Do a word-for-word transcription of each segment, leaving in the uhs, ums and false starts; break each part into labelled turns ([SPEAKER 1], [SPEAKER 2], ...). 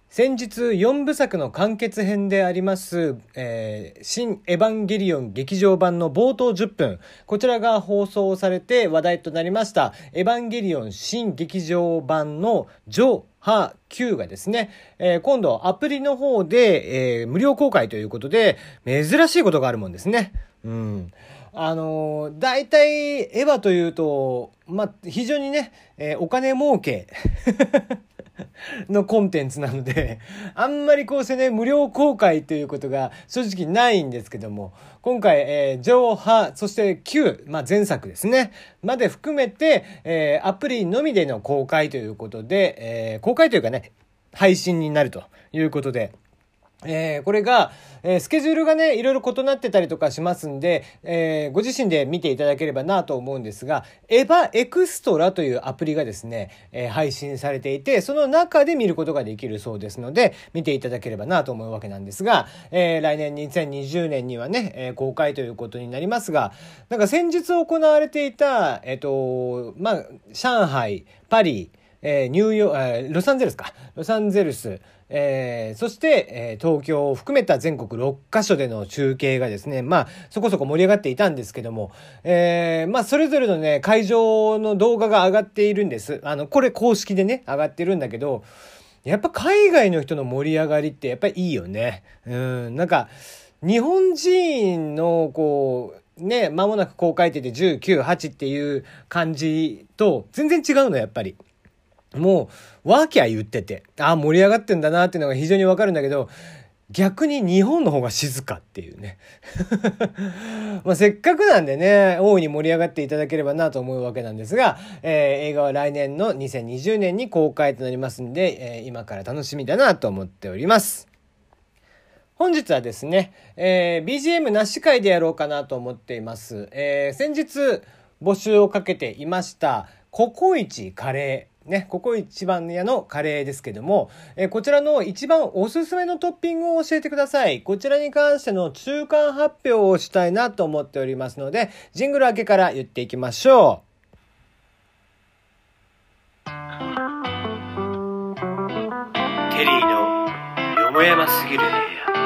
[SPEAKER 1] 先日よんぶさくの完結編であります、えー、新エヴァンゲリオン劇場版の冒頭じゅっぷん、こちらが放送されて話題となりましたエヴァンゲリオン新劇場版のジョハ Q がですね、えー、今度アプリの方で、えー、無料公開ということで珍しいことがあるもんですね。うんあのー、大体エヴァというと、まあ、非常にね、えー、お金儲けのコンテンツなので、あんまりこうしてね、無料公開ということが正直ないんですけども、今回、えー、上波、そして Q、まあ、前作ですね、まで含めて、えー、アプリのみでの公開ということで、えー、公開というかね、配信になるということで、えー、これが、えー、スケジュールがね、いろいろ異なってたりとかしますんで、えー、ご自身で見ていただければなと思うんですが、エヴァエクストラというアプリがですね、えー、配信されていて、その中で見ることができるそうですので、見ていただければなと思うわけなんですが、えー、来年にせんにじゅうねんにはね、えー、公開ということになりますが、なんか先日行われていた、えっと、まあ、上海、パリ、えー、ニューヨーク、ロサンゼルスか。ロサンゼルス、えー、そして、えー、東京を含めた全国ろっかしょでの中継がですね、まあ、そこそこ盛り上がっていたんですけども、えー、まあ、それぞれのね、会場の動画が上がっているんです。あの、これ公式でね、上がってるんだけど、やっぱ海外の人の盛り上がりってやっぱりいいよね。うん、なんか、日本人の、こう、ね、間もなく公開って言ってじゅうきゅう、はちっていう感じと全然違うの、やっぱり。もう、ワーキャー言ってて、ああ、盛り上がってんだなっていうのが非常にわかるんだけど、逆に日本の方が静かっていうね。まあせっかくなんでね、大いに盛り上がっていただければなと思うわけなんですが、えー、映画は来年のにせんにじゅうねんに公開となりますんで、えー、今から楽しみだなと思っております。本日はですね、えー、ビージーエム なし会でやろうかなと思っています。えー、先日募集をかけていました、ココイチカレー。ね、ココイチ番屋のカレーですけども、えー、こちらの一番おすすめのトッピングを教えてください。こちらに関しての中間発表をしたいなと思っておりますので、ジングル明けから言っていきましょう。テリーのよもやますぎる部屋。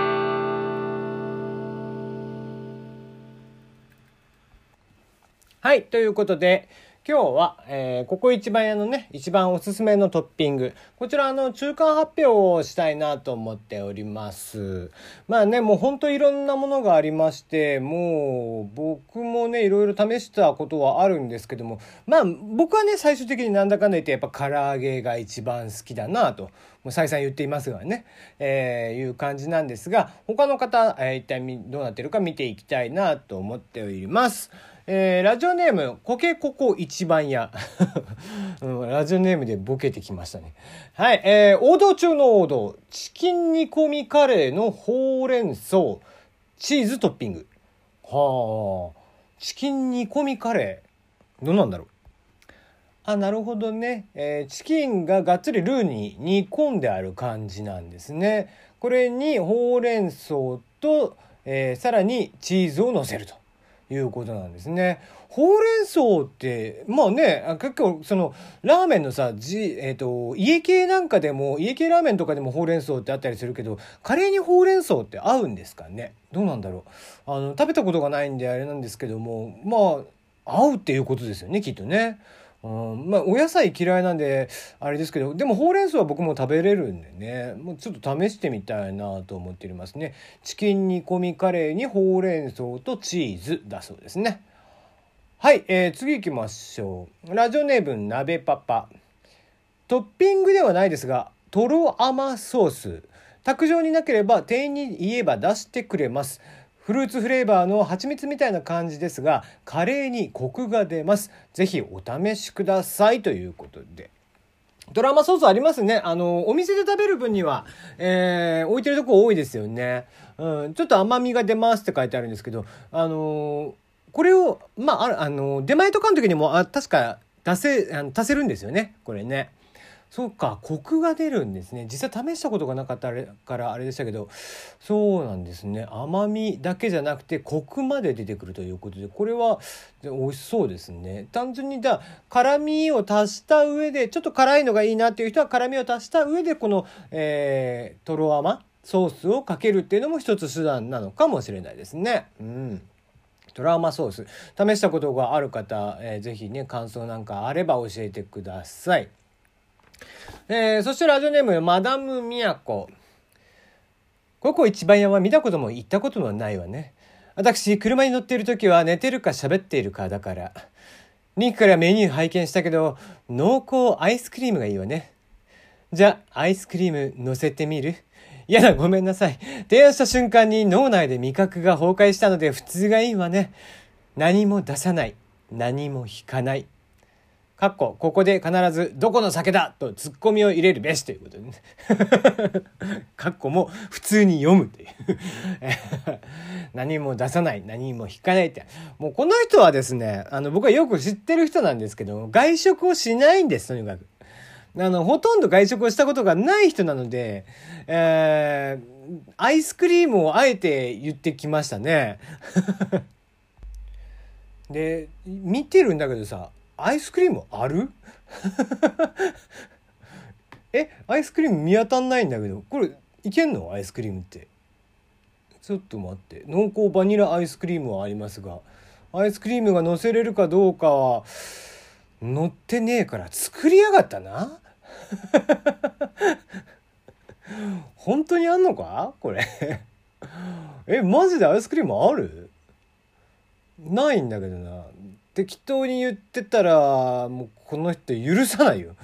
[SPEAKER 1] はい、ということで、今日は、えー、ココイチ番屋のね、一番おすすめのトッピング。こちら、あの、中間発表をしたいなと思っております。まあね、もうほんといろんなものがありまして、もう、僕もね、いろいろ試したことはあるんですけども、まあ、僕はね、最終的になんだかんだ言って、やっぱ唐揚げが一番好きだなと、もう再三言っていますがね、えー、いう感じなんですが、他の方、えー、一体どうなってるか見ていきたいなと思っております。えー、ラジオネームコケココ一番屋、うん、ラジオネームでボケてきましたね。はい、えー、王道中の王道、チキン煮込みカレーのほうれん草チーズトッピング。はあ、チキン煮込みカレーどうなんだろう。あ、なるほどね、えー、チキンががっつりルーに煮込んである感じなんですね。これにほうれん草と、えー、さらにチーズを乗せるということなんですね。ほうれん草ってまあね、結構そのラーメンのさ、じえっと家系なんかでも、家系ラーメンとかでもほうれん草ってあったりするけど、カレーにほうれん草って合うんですかね。どうなんだろう。あの食べたことがないんであれなんですけども、まあ合うっていうことですよね、きっとね。うん、まあお野菜嫌いなんであれですけど、でもほうれん草は僕も食べれるんでね、もうちょっと試してみたいなと思っておりますね。チキン煮込みカレーにほうれん草とチーズだそうですね。はい、えー、次行きましょう。ラジオネーム鍋パパ。トッピングではないですが、とろ甘ソース、卓上になければ店員に言えば出してくれます。フルーツフレーバーの蜂蜜みたいな感じですが、カレーにコクが出ます。ぜひお試しくださいということで。ドラマソースありますね。あのお店で食べる分には、えー、置いてるとこ多いですよね。うん、ちょっと甘みが出ますって書いてあるんですけど、あのー、これをまああの出前とかの時にもあ確か出せあの足せるんですよね。これね。 そうか、コクが出るんですね。実際試したことがなかったからあれでしたけど、そうなんですね。甘みだけじゃなくてコクまで出てくるということで、これは美味しそうですね。単純にだ辛みを足した上で、ちょっと辛いのがいいなっていう人は辛みを足した上でこの、えー、とろ甘ソースをかけるっていうのも一つ手段なのかもしれないですね。うん。トラウマソース試したことがある方、えー、ぜひね感想なんかあれば教えてください。えー、そしてラジオネームマダムミヤコ。ココ一番屋は見たことも行ったこともないわね。私車に乗っている時は寝てるか喋っているかだから。リンクからメニュー拝見したけど濃厚アイスクリームがいいわね。じゃあアイスクリーム乗せてみる？いやだ、ごめんなさい。提案した瞬間に脳内で味覚が崩壊したので普通がいいわね。何も出さない。何も引かない。かっこ、ここで必ずどこの酒だとツッコミを入れるべしということでね。かっこも普通に読むという。何も出さない。何も引かないって。もうこの人はですね、あの僕はよく知ってる人なんですけど、外食をしないんです、とにかく。あの、ほとんど外食をしたことがない人なので、えー、アイスクリームをあえて言ってきましたね。で、見てるんだけどさ、アイスクリームある？え、アイスクリーム見当たんないんだけど、これ、いけんの？アイスクリームって。ちょっと待って。濃厚バニラアイスクリームはありますが、アイスクリームが乗せれるかどうかは、乗ってねえから作りやがったな。本当にあんのかこれ。え、マジでアイスクリームある？ないんだけどな。適当に言ってたらもうこの人許さないよ。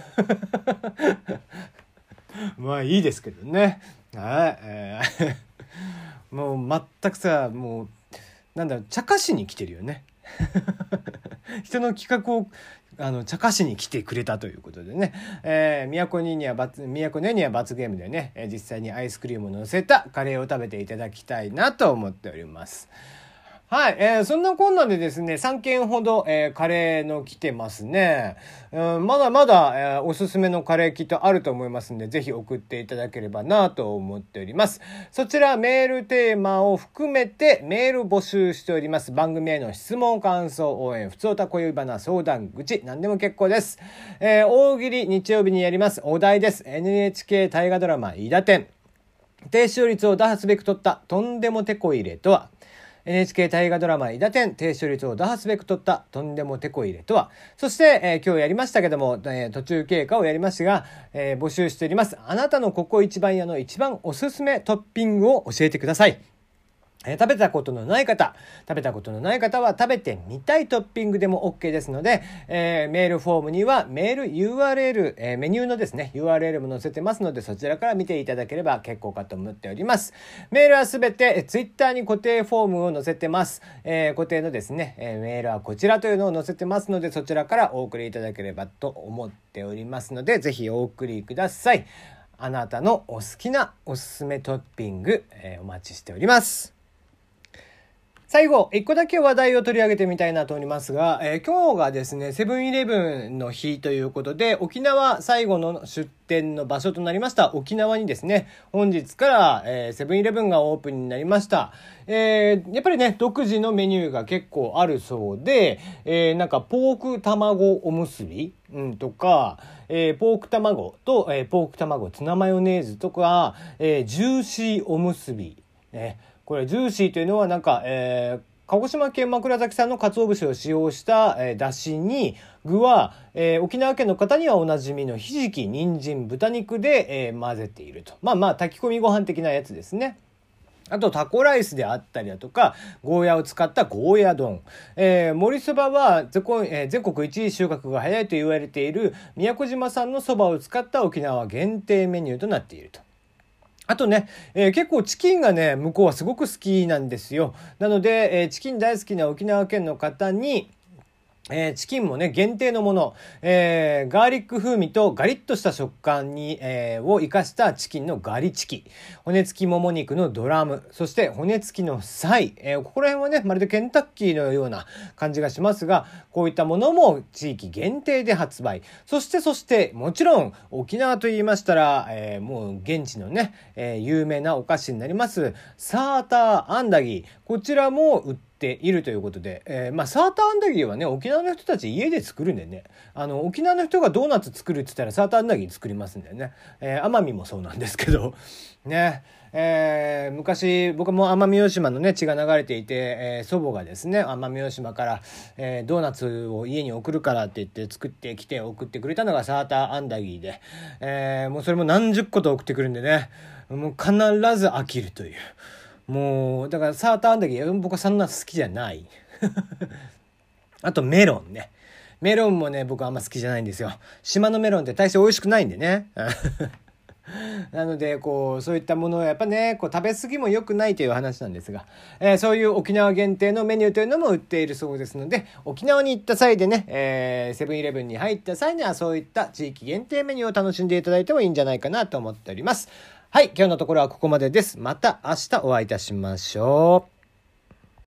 [SPEAKER 1] まあいいですけどね。はい、えー、もう全くさ、もうなんだろう、茶化しに来てるよね。人の企画をあの茶化しに来てくれたということでね、えー、宮古にには罰宮古ねには罰ゲームでね、実際にアイスクリームを乗せたカレーを食べていただきたいなと思っております。はい、えー、そんなこんなでですね、さんけんほど、えー、カレーの来てますね。うん、まだまだ、えー、おすすめのカレーきっとあると思いますんで、ぜひ送っていただければなと思っております。そちらメールテーマを含めてメール募集しております。番組への質問、感想、応援、ふつおた、小指花、相談、愚痴、何でも結構です。えー、大喜利日曜日にやります。お題です。エヌエイチケー 大河ドラマ、伊達天。低視聴率を打破すべく取ったとんでもてこ入れとは？エヌエイチケー 大河ドラマ伊達天、低視聴率を打破すべく取ったとんでもてこ入れとは？そして、えー、今日やりましたけども、えー、途中経過をやりましたが、えー、募集しております。あなたのここ一番屋の一番おすすめトッピングを教えてください。えー、食べたことのない方、食べたことのない方は食べてみたいトッピングでも OK ですので、えー、メールフォームにはメール ユーアールエル、えー、メニューのですね ユーアールエル も載せてますので、そちらから見ていただければ結構かと思っております。メールはすべて、えー、ツイッターに固定フォームを載せてます。えー、固定のですね、えー、メールはこちらというのを載せてますので、そちらからお送りいただければと思っておりますので、ぜひお送りください。あなたのお好きなおすすめトッピング、えー、お待ちしております。最後、一個だけ話題を取り上げてみたいなと思いますが、えー、今日がですね、セブンイレブンの日ということで、沖縄最後の出店の場所となりました沖縄にですね、本日から、えー、セブンイレブンがオープンになりました。えー、やっぱりね、独自のメニューが結構あるそうで、えー、なんかポーク卵おむすび、うん、とか、えー、ポーク卵と、えー、ポーク卵ツナマヨネーズとか、えー、ジューシーおむすび、ね。これジューシーというのはなんか、えー、鹿児島県枕崎産の鰹節を使用した、えー、だしに具は、えー、沖縄県の方にはおなじみのひじき、人参、豚肉で、えー、混ぜていると。まあまあ炊き込みご飯的なやつですね。あとタコライスであったりだとか、ゴーヤを使ったゴーヤ丼。えー、盛りそばは全国、えー、全国一位収穫が早いと言われている宮古島産のそばを使った沖縄限定メニューとなっていると。あとね、えー、結構チキンがね、向こうはすごく好きなんですよ。なので、えー、チキン大好きな沖縄県の方に、 えーチキンもね、限定のもの、えーガーリック風味とガリッとした食感に、えーを生かしたチキンのガリチキ、骨付きもも肉のドラム、そして骨付きのサイ、えーここら辺はね、まるでケンタッキーのような感じがしますが、こういったものも地域限定で発売。そしてそして、もちろん沖縄と言いましたら、えーもう現地のね、えー有名なお菓子になります、サーターアンダギー。こちらも売ってているということで、えーまあ、サーターアンダギーはね、沖縄の人たち家で作るんでね、あの沖縄の人がドーナツ作るって言ったらサーターアンダギー作りますんだよね。えー、奄美もそうなんですけどね、えー、昔僕も奄美大島のね血が流れていて、えー、祖母がですね奄美大島から、えー、ドーナツを家に送るからって言って作ってきて送ってくれたのがサーターアンダギーで、えー、もうそれも何十個と送ってくるんでね、もう必ず飽きるという。もうだからサーターアンダギー僕はそんな好きじゃないあとメロンね、メロンもね僕あんま好きじゃないんですよ。島のメロンって大して美味しくないんでねなのでこうそういったものをやっぱねこう食べ過ぎも良くないという話なんですが、えー、そういう沖縄限定のメニューというのも売っているそうですので、沖縄に行った際でね、えー、セブンイレブンに入った際にはそういった地域限定メニューを楽しんでいただいてもいいんじゃないかなと思っております。はい、今日のところはここまでです。また明日お会いいたしましょう。